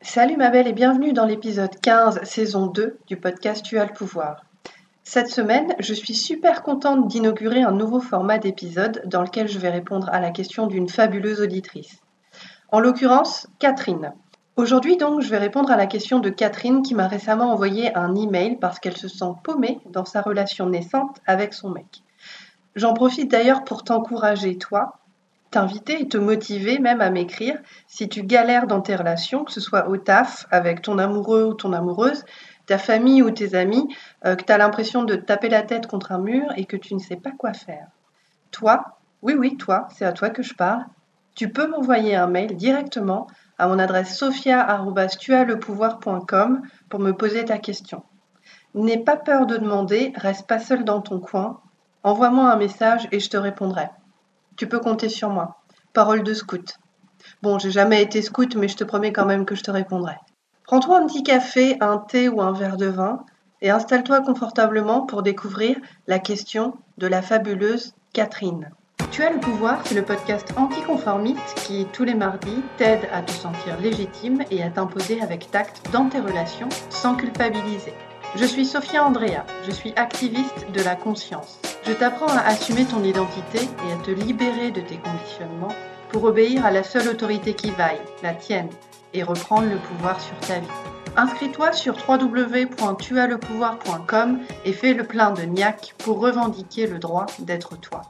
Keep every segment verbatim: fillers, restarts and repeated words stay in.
Salut ma belle et bienvenue dans l'épisode quinze, saison deux du podcast Tu as le pouvoir. Cette semaine, je suis super contente d'inaugurer un nouveau format d'épisode dans lequel je vais répondre à la question d'une fabuleuse auditrice. En l'occurrence, Catherine. Aujourd'hui donc, je vais répondre à la question de Catherine qui m'a récemment envoyé un email parce qu'elle se sent paumée dans sa relation naissante avec son mec. J'en profite d'ailleurs pour t'encourager, toi, t'inviter et te motiver même à m'écrire si tu galères dans tes relations, que ce soit au taf, avec ton amoureux ou ton amoureuse, ta famille ou tes amis, euh, que tu as l'impression de te taper la tête contre un mur et que tu ne sais pas quoi faire. Toi, oui oui, toi, c'est à toi que je parle, tu peux m'envoyer un mail directement à mon adresse sophia arobase tu as le pouvoir point com pour me poser ta question. N'aie pas peur de demander, reste pas seul dans ton coin, envoie-moi un message et je te répondrai. Tu peux compter sur moi. Parole de scout. Bon, j'ai jamais été scout, mais je te promets quand même que je te répondrai. Prends-toi un petit café, un thé ou un verre de vin et installe-toi confortablement pour découvrir la question de la fabuleuse Catherine. Tu as le pouvoir, c'est le podcast anticonformiste qui, tous les mardis, t'aide à te sentir légitime et à t'imposer avec tact dans tes relations sans culpabiliser. Je suis Sophia Andrea, je suis activiste de la conscience. Je t'apprends à assumer ton identité et à te libérer de tes conditionnements pour obéir à la seule autorité qui vaille, la tienne, et reprendre le pouvoir sur ta vie. Inscris-toi sur w w w point tu as le pouvoir point com et fais le plein de niaque pour revendiquer le droit d'être toi.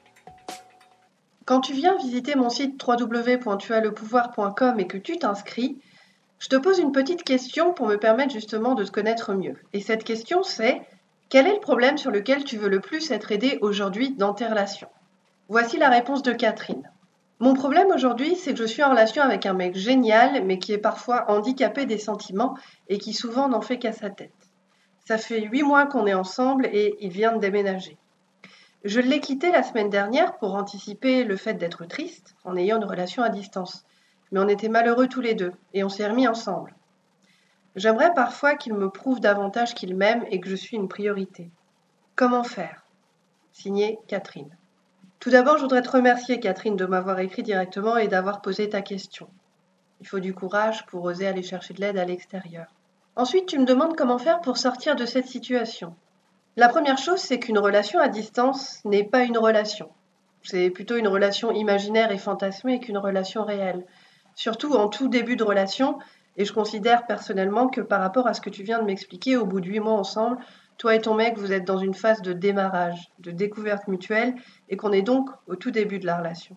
Quand tu viens visiter mon site w w w point tu as le pouvoir point com et que tu t'inscris, je te pose une petite question pour me permettre justement de te connaître mieux. Et cette question c'est: quel est le problème sur lequel tu veux le plus être aidé aujourd'hui dans tes relations? Voici la réponse de Catherine. Mon problème aujourd'hui, c'est que je suis en relation avec un mec génial, mais qui est parfois handicapé des sentiments et qui souvent n'en fait qu'à sa tête. Ça fait huit mois qu'on est ensemble et il vient de déménager. Je l'ai quitté la semaine dernière pour anticiper le fait d'être triste en ayant une relation à distance. Mais on était malheureux tous les deux et on s'est remis ensemble. J'aimerais parfois qu'il me prouve davantage qu'il m'aime et que je suis une priorité. Comment faire? Signé Catherine. Tout d'abord, je voudrais te remercier, Catherine, de m'avoir écrit directement et d'avoir posé ta question. Il faut du courage pour oser aller chercher de l'aide à l'extérieur. Ensuite, tu me demandes comment faire pour sortir de cette situation. La première chose, c'est qu'une relation à distance n'est pas une relation. C'est plutôt une relation imaginaire et fantasmée qu'une relation réelle. Surtout en tout début de relation, et je considère personnellement que par rapport à ce que tu viens de m'expliquer, au bout de huit mois ensemble, toi et ton mec, vous êtes dans une phase de démarrage, de découverte mutuelle, et qu'on est donc au tout début de la relation.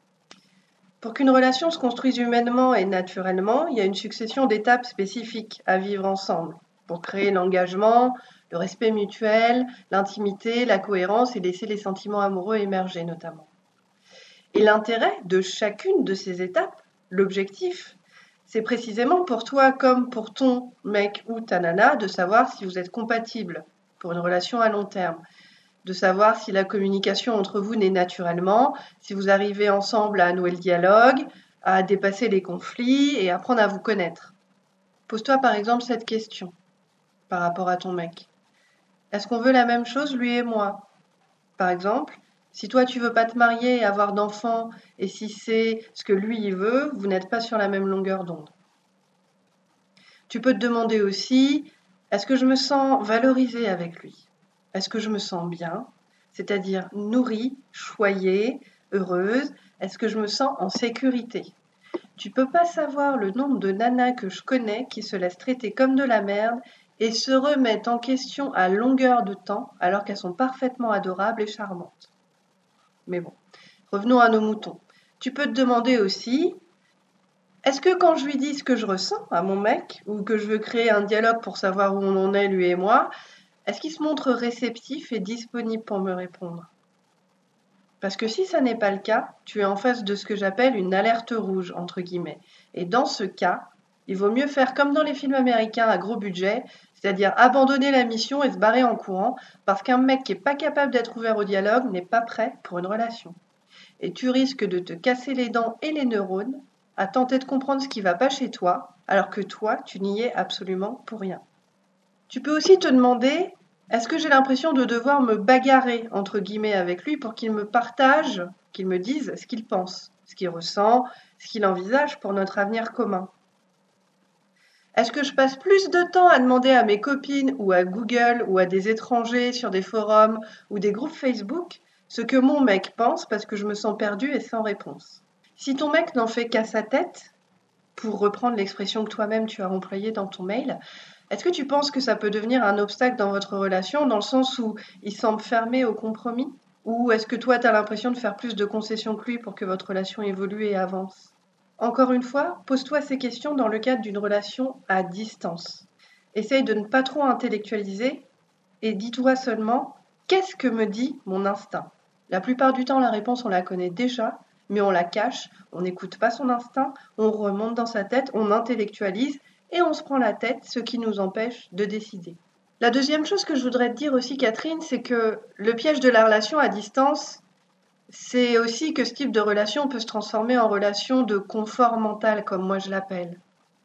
Pour qu'une relation se construise humainement et naturellement, il y a une succession d'étapes spécifiques à vivre ensemble, pour créer l'engagement, le respect mutuel, l'intimité, la cohérence et laisser les sentiments amoureux émerger notamment. Et l'intérêt de chacune de ces étapes, l'objectif, c'est précisément pour toi comme pour ton mec ou ta nana de savoir si vous êtes compatibles pour une relation à long terme, de savoir si la communication entre vous naît naturellement, si vous arrivez ensemble à nouer le dialogue, à dépasser les conflits et apprendre à vous connaître. Pose-toi par exemple cette question par rapport à ton mec. Est-ce qu'on veut la même chose, lui et moi? Par exemple, si toi tu veux pas te marier et avoir d'enfants, et si c'est ce que lui il veut, vous n'êtes pas sur la même longueur d'onde. Tu peux te demander aussi, est-ce que je me sens valorisée avec lui? Est-ce que je me sens bien? C'est-à-dire nourrie, choyée, heureuse? Est-ce que je me sens en sécurité? Tu peux pas savoir le nombre de nanas que je connais qui se laissent traiter comme de la merde et se remettent en question à longueur de temps alors qu'elles sont parfaitement adorables et charmantes. Mais bon, revenons à nos moutons. Tu peux te demander aussi, est-ce que quand je lui dis ce que je ressens à mon mec, ou que je veux créer un dialogue pour savoir où on en est lui et moi, est-ce qu'il se montre réceptif et disponible pour me répondre? Parce que si ça n'est pas le cas, tu es en face de ce que j'appelle une alerte rouge, entre guillemets. Et dans ce cas, il vaut mieux faire comme dans les films américains à gros budget, c'est-à-dire abandonner la mission et se barrer en courant, parce qu'un mec qui n'est pas capable d'être ouvert au dialogue n'est pas prêt pour une relation. Et tu risques de te casser les dents et les neurones à tenter de comprendre ce qui ne va pas chez toi, alors que toi, tu n'y es absolument pour rien. Tu peux aussi te demander, est-ce que j'ai l'impression de devoir me bagarrer, entre guillemets, avec lui pour qu'il me partage, qu'il me dise ce qu'il pense, ce qu'il ressent, ce qu'il envisage pour notre avenir commun? Est-ce que je passe plus de temps à demander à mes copines ou à Google ou à des étrangers sur des forums ou des groupes Facebook ce que mon mec pense parce que je me sens perdue et sans réponse? Si ton mec n'en fait qu'à sa tête, pour reprendre l'expression que toi-même tu as employée dans ton mail, est-ce que tu penses que ça peut devenir un obstacle dans votre relation dans le sens où il semble fermé au compromis? Ou est-ce que toi tu as l'impression de faire plus de concessions que lui pour que votre relation évolue et avance? Encore une fois, pose-toi ces questions dans le cadre d'une relation à distance. Essaye de ne pas trop intellectualiser et dis-toi seulement qu'est-ce que me dit mon instinct? La plupart du temps, la réponse, on la connaît déjà, mais on la cache, on n'écoute pas son instinct, on remonte dans sa tête, on intellectualise et on se prend la tête, ce qui nous empêche de décider. La deuxième chose que je voudrais te dire aussi, Catherine, c'est que le piège de la relation à distance, c'est aussi que ce type de relation peut se transformer en relation de confort mental, comme moi je l'appelle.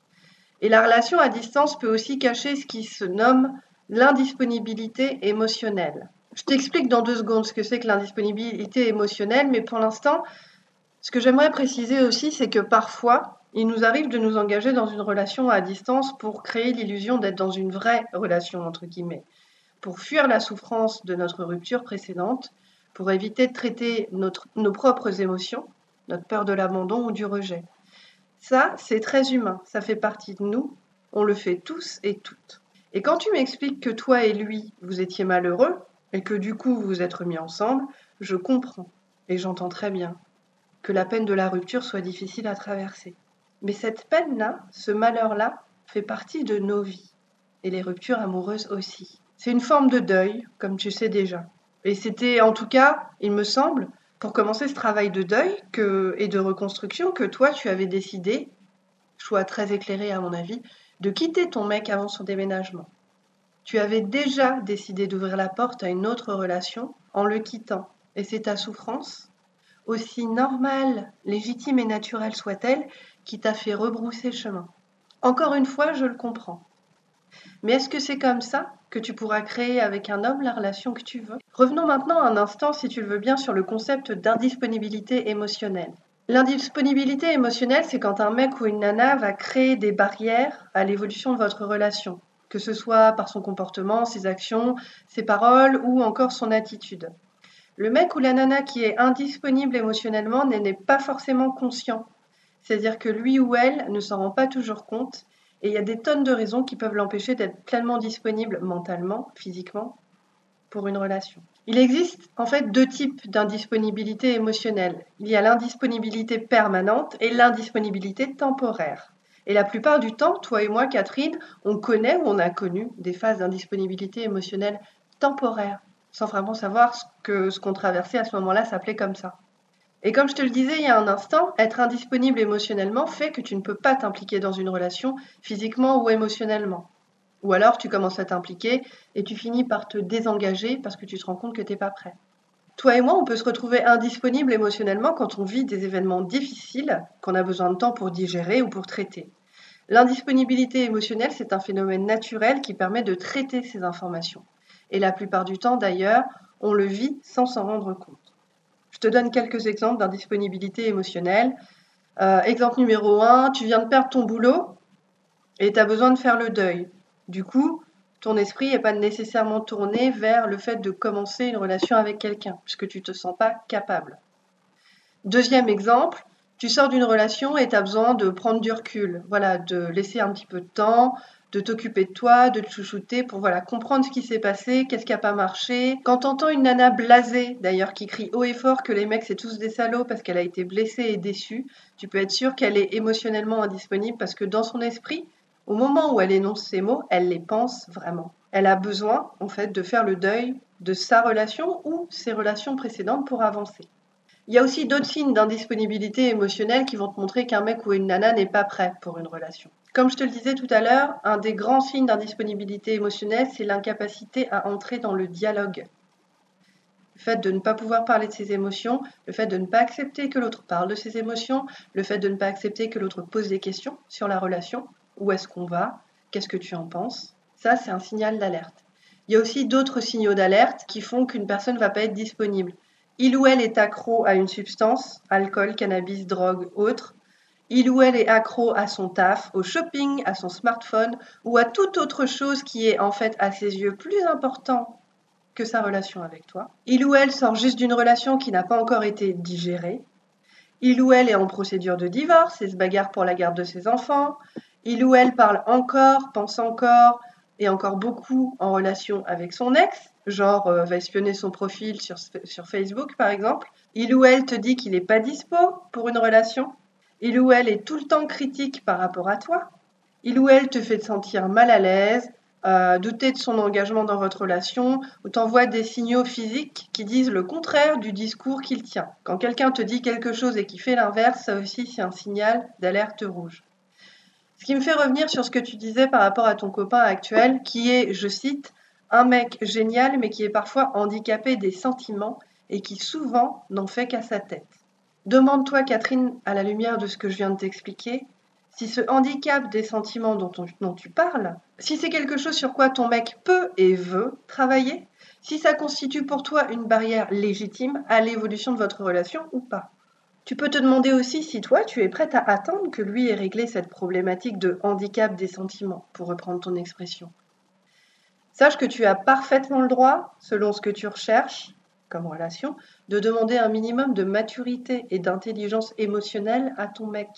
Et la relation à distance peut aussi cacher ce qui se nomme l'indisponibilité émotionnelle. Je t'explique dans deux secondes ce que c'est que l'indisponibilité émotionnelle, mais pour l'instant, ce que j'aimerais préciser aussi, c'est que parfois, il nous arrive de nous engager dans une relation à distance pour créer l'illusion d'être dans une vraie relation, entre guillemets, pour fuir la souffrance de notre rupture précédente, pour éviter de traiter notre, nos propres émotions, notre peur de l'abandon ou du rejet. Ça, c'est très humain, ça fait partie de nous, on le fait tous et toutes. Et quand tu m'expliques que toi et lui, vous étiez malheureux, et que du coup vous vous êtes remis ensemble, je comprends, et j'entends très bien, que la peine de la rupture soit difficile à traverser. Mais cette peine-là, ce malheur-là, fait partie de nos vies, et les ruptures amoureuses aussi. C'est une forme de deuil, comme tu sais déjà. Et c'était en tout cas, il me semble, pour commencer ce travail de deuil que, et de reconstruction que toi tu avais décidé, choix très éclairé à mon avis, de quitter ton mec avant son déménagement. Tu avais déjà décidé d'ouvrir la porte à une autre relation en le quittant. Et c'est ta souffrance, aussi normale, légitime et naturelle soit-elle, qui t'a fait rebrousser chemin. Encore une fois, je le comprends. Mais est-ce que c'est comme ça que tu pourras créer avec un homme la relation que tu veux? Revenons maintenant un instant, si tu le veux bien, sur le concept d'indisponibilité émotionnelle. L'indisponibilité émotionnelle, c'est quand un mec ou une nana va créer des barrières à l'évolution de votre relation, que ce soit par son comportement, ses actions, ses paroles ou encore son attitude. Le mec ou la nana qui est indisponible émotionnellement n'est pas forcément conscient. C'est-à-dire que lui ou elle ne s'en rend pas toujours compte et il y a des tonnes de raisons qui peuvent l'empêcher d'être pleinement disponible mentalement, physiquement, pour une relation. Il existe en fait deux types d'indisponibilité émotionnelle. Il y a l'indisponibilité permanente et l'indisponibilité temporaire. Et la plupart du temps, toi et moi, Catherine, on connaît ou on a connu des phases d'indisponibilité émotionnelle temporaire, sans vraiment savoir ce que ce qu'on traversait à ce moment-là s'appelait comme ça. Et comme je te le disais il y a un instant, être indisponible émotionnellement fait que tu ne peux pas t'impliquer dans une relation physiquement ou émotionnellement. Ou alors tu commences à t'impliquer et tu finis par te désengager parce que tu te rends compte que tu n'es pas prêt. Toi et moi, on peut se retrouver indisponible émotionnellement quand on vit des événements difficiles qu'on a besoin de temps pour digérer ou pour traiter. L'indisponibilité émotionnelle, c'est un phénomène naturel qui permet de traiter ces informations. Et la plupart du temps, d'ailleurs, on le vit sans s'en rendre compte. Je te donne quelques exemples d'indisponibilité émotionnelle. Euh, exemple numéro un, tu viens de perdre ton boulot et tu as besoin de faire le deuil. Du coup, ton esprit n'est pas nécessairement tourné vers le fait de commencer une relation avec quelqu'un, puisque tu ne te sens pas capable. Deuxième exemple, tu sors d'une relation et tu as besoin de prendre du recul, voilà, de laisser un petit peu de temps, de t'occuper de toi, de te chouchouter pour voilà, comprendre ce qui s'est passé, qu'est-ce qui n'a pas marché. Quand t'entends une nana blasée, d'ailleurs, qui crie haut et fort que les mecs c'est tous des salauds parce qu'elle a été blessée et déçue, tu peux être sûr qu'elle est émotionnellement indisponible parce que dans son esprit, au moment où elle énonce ces mots, elle les pense vraiment. Elle a besoin, en fait, de faire le deuil de sa relation ou ses relations précédentes pour avancer. Il y a aussi d'autres signes d'indisponibilité émotionnelle qui vont te montrer qu'un mec ou une nana n'est pas prêt pour une relation. Comme je te le disais tout à l'heure, un des grands signes d'indisponibilité émotionnelle, c'est l'incapacité à entrer dans le dialogue. Le fait de ne pas pouvoir parler de ses émotions, le fait de ne pas accepter que l'autre parle de ses émotions, le fait de ne pas accepter que l'autre pose des questions sur la relation. Où est-ce qu'on va? Qu'est-ce que tu en penses? Ça, c'est un signal d'alerte. Il y a aussi d'autres signaux d'alerte qui font qu'une personne ne va pas être disponible. Il ou elle est accro à une substance, alcool, cannabis, drogue, autre. Il ou elle est accro à son taf, au shopping, à son smartphone ou à toute autre chose qui est en fait à ses yeux plus important que sa relation avec toi. Il ou elle sort juste d'une relation qui n'a pas encore été digérée. Il ou elle est en procédure de divorce et se bagarre pour la garde de ses enfants. Il ou elle parle encore, pense encore et encore beaucoup en relation avec son ex, genre euh, va espionner son profil sur, sur Facebook par exemple. Il ou elle te dit qu'il n'est pas dispo pour une relation. Il ou elle est tout le temps critique par rapport à toi. Il ou elle te fait te sentir mal à l'aise, euh, douter de son engagement dans votre relation ou t'envoie des signaux physiques qui disent le contraire du discours qu'il tient. Quand quelqu'un te dit quelque chose et qui fait l'inverse, ça aussi c'est un signal d'alerte rouge. Ce qui me fait revenir sur ce que tu disais par rapport à ton copain actuel, qui est, je cite, un mec génial mais qui est parfois handicapé des sentiments et qui souvent n'en fait qu'à sa tête. Demande-toi, Catherine, à la lumière de ce que je viens de t'expliquer, si ce handicap des sentiments dont, on, dont tu parles, si c'est quelque chose sur quoi ton mec peut et veut travailler, si ça constitue pour toi une barrière légitime à l'évolution de votre relation ou pas. Tu peux te demander aussi si toi, tu es prête à attendre que lui ait réglé cette problématique de handicap des sentiments, pour reprendre ton expression. Sache que tu as parfaitement le droit, selon ce que tu recherches comme relation, de demander un minimum de maturité et d'intelligence émotionnelle à ton mec.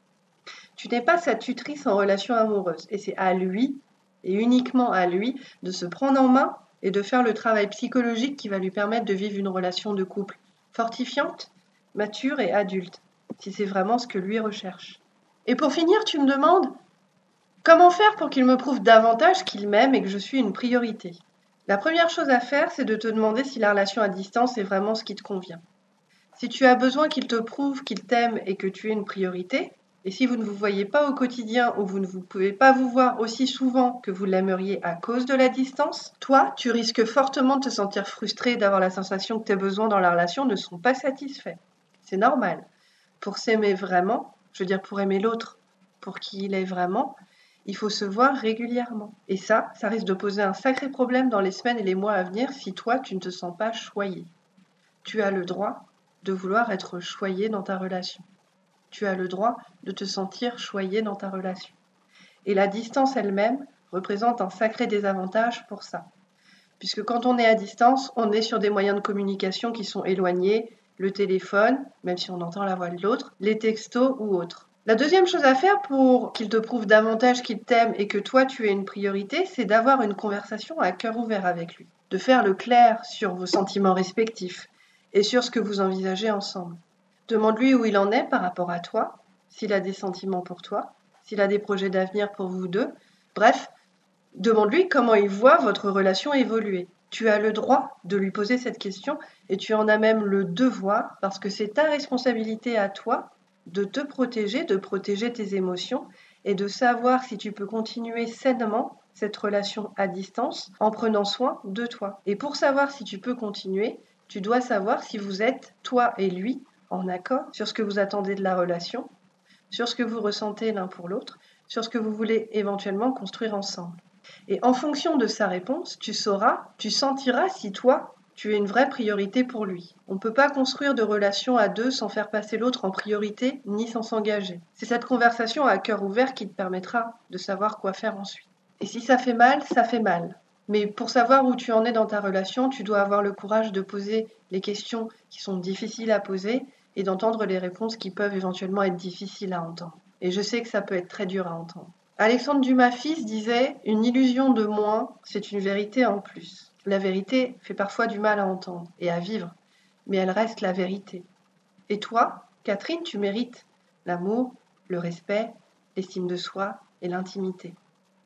Tu n'es pas sa tutrice en relation amoureuse et c'est à lui, et uniquement à lui, de se prendre en main et de faire le travail psychologique qui va lui permettre de vivre une relation de couple fortifiante, mature et adulte, si c'est vraiment ce que lui recherche. Et pour finir, tu me demandes comment faire pour qu'il me prouve davantage qu'il m'aime et que je suis une priorité. La première chose à faire, c'est de te demander si la relation à distance est vraiment ce qui te convient. Si tu as besoin qu'il te prouve qu'il t'aime et que tu es une priorité, et si vous ne vous voyez pas au quotidien ou vous ne vous pouvez pas vous voir aussi souvent que vous l'aimeriez à cause de la distance, toi, tu risques fortement de te sentir frustré d'avoir la sensation que tes besoins dans la relation ne sont pas satisfaits. C'est normal. Pour s'aimer vraiment, je veux dire pour aimer l'autre, pour qui il est vraiment, il faut se voir régulièrement. Et ça, ça risque de poser un sacré problème dans les semaines et les mois à venir si toi, tu ne te sens pas choyé. Tu as le droit de vouloir être choyé dans ta relation. Tu as le droit de te sentir choyé dans ta relation. Et la distance elle-même représente un sacré désavantage pour ça. Puisque quand on est à distance, on est sur des moyens de communication qui sont éloignés, le téléphone, même si on entend la voix de l'autre, les textos ou autres. La deuxième chose à faire pour qu'il te prouve davantage qu'il t'aime et que toi tu es une priorité, c'est d'avoir une conversation à cœur ouvert avec lui, de faire le clair sur vos sentiments respectifs et sur ce que vous envisagez ensemble. Demande-lui où il en est par rapport à toi, s'il a des sentiments pour toi, s'il a des projets d'avenir pour vous deux. Bref, demande-lui comment il voit votre relation évoluer. Tu as le droit de lui poser cette question et tu en as même le devoir parce que c'est ta responsabilité à toi de te protéger, de protéger tes émotions et de savoir si tu peux continuer sainement cette relation à distance en prenant soin de toi. Et pour savoir si tu peux continuer, tu dois savoir si vous êtes, toi et lui, en accord sur ce que vous attendez de la relation, sur ce que vous ressentez l'un pour l'autre, sur ce que vous voulez éventuellement construire ensemble. Et en fonction de sa réponse, tu sauras, tu sentiras si toi, tu es une vraie priorité pour lui. On ne peut pas construire de relation à deux sans faire passer l'autre en priorité ni sans s'engager. C'est cette conversation à cœur ouvert qui te permettra de savoir quoi faire ensuite. Et si ça fait mal, ça fait mal. Mais pour savoir où tu en es dans ta relation, tu dois avoir le courage de poser les questions qui sont difficiles à poser et d'entendre les réponses qui peuvent éventuellement être difficiles à entendre. Et je sais que ça peut être très dur à entendre. Alexandre Dumas-Fils disait « Une illusion de moins, c'est une vérité en plus ». La vérité fait parfois du mal à entendre et à vivre, mais elle reste la vérité. Et toi, Catherine, tu mérites l'amour, le respect, l'estime de soi et l'intimité.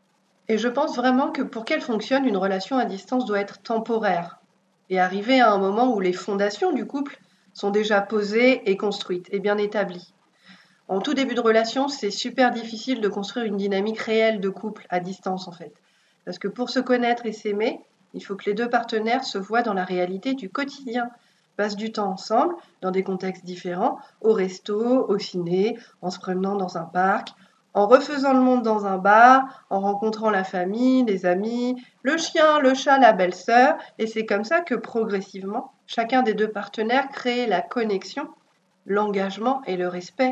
Et je pense vraiment que pour qu'elle fonctionne, une relation à distance doit être temporaire et arriver à un moment où les fondations du couple sont déjà posées et construites et bien établies. En tout début de relation, c'est super difficile de construire une dynamique réelle de couple à distance en fait. Parce que pour se connaître et s'aimer, il faut que les deux partenaires se voient dans la réalité du quotidien, passent du temps ensemble, dans des contextes différents, au resto, au ciné, en se promenant dans un parc, en refaisant le monde dans un bar, en rencontrant la famille, les amis, le chien, le chat, la belle-sœur. Et c'est comme ça que progressivement, chacun des deux partenaires crée la connexion, l'engagement et le respect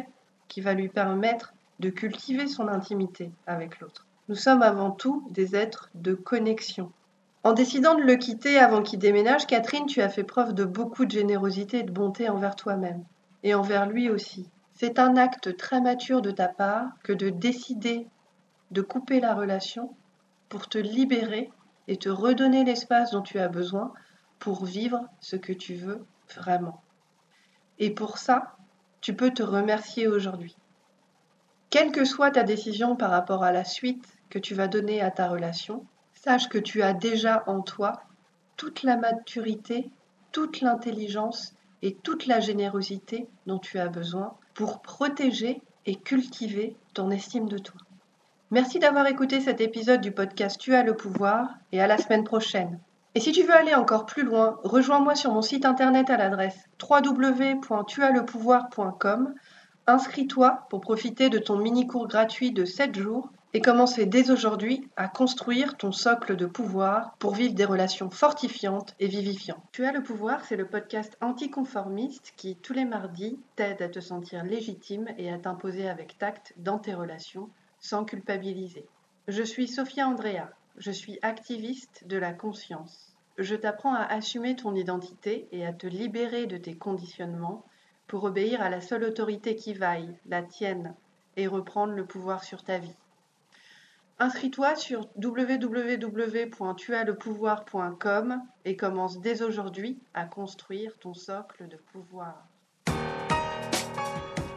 qui va lui permettre de cultiver son intimité avec l'autre. Nous sommes avant tout des êtres de connexion. En décidant de le quitter avant qu'il déménage, Catherine, tu as fait preuve de beaucoup de générosité et de bonté envers toi-même, et envers lui aussi. C'est un acte très mature de ta part que de décider de couper la relation pour te libérer et te redonner l'espace dont tu as besoin pour vivre ce que tu veux vraiment. Et pour ça, tu peux te remercier aujourd'hui. Quelle que soit ta décision par rapport à la suite que tu vas donner à ta relation, sache que tu as déjà en toi toute la maturité, toute l'intelligence et toute la générosité dont tu as besoin pour protéger et cultiver ton estime de toi. Merci d'avoir écouté cet épisode du podcast Tu as le pouvoir et à la semaine prochaine. Et si tu veux aller encore plus loin, rejoins-moi sur mon site internet à l'adresse w w w point tu as le pouvoir point com. Inscris-toi pour profiter de ton mini-cours gratuit de sept jours et commencer dès aujourd'hui à construire ton socle de pouvoir pour vivre des relations fortifiantes et vivifiantes. Tu as le pouvoir, c'est le podcast anticonformiste qui, tous les mardis, t'aide à te sentir légitime et à t'imposer avec tact dans tes relations sans culpabiliser. Je suis Sophia Andrea, je suis activiste de la conscience. Je t'apprends à assumer ton identité et à te libérer de tes conditionnements pour obéir à la seule autorité qui vaille, la tienne, et reprendre le pouvoir sur ta vie. Inscris-toi sur w w w point tu as le pouvoir point com et commence dès aujourd'hui à construire ton socle de pouvoir.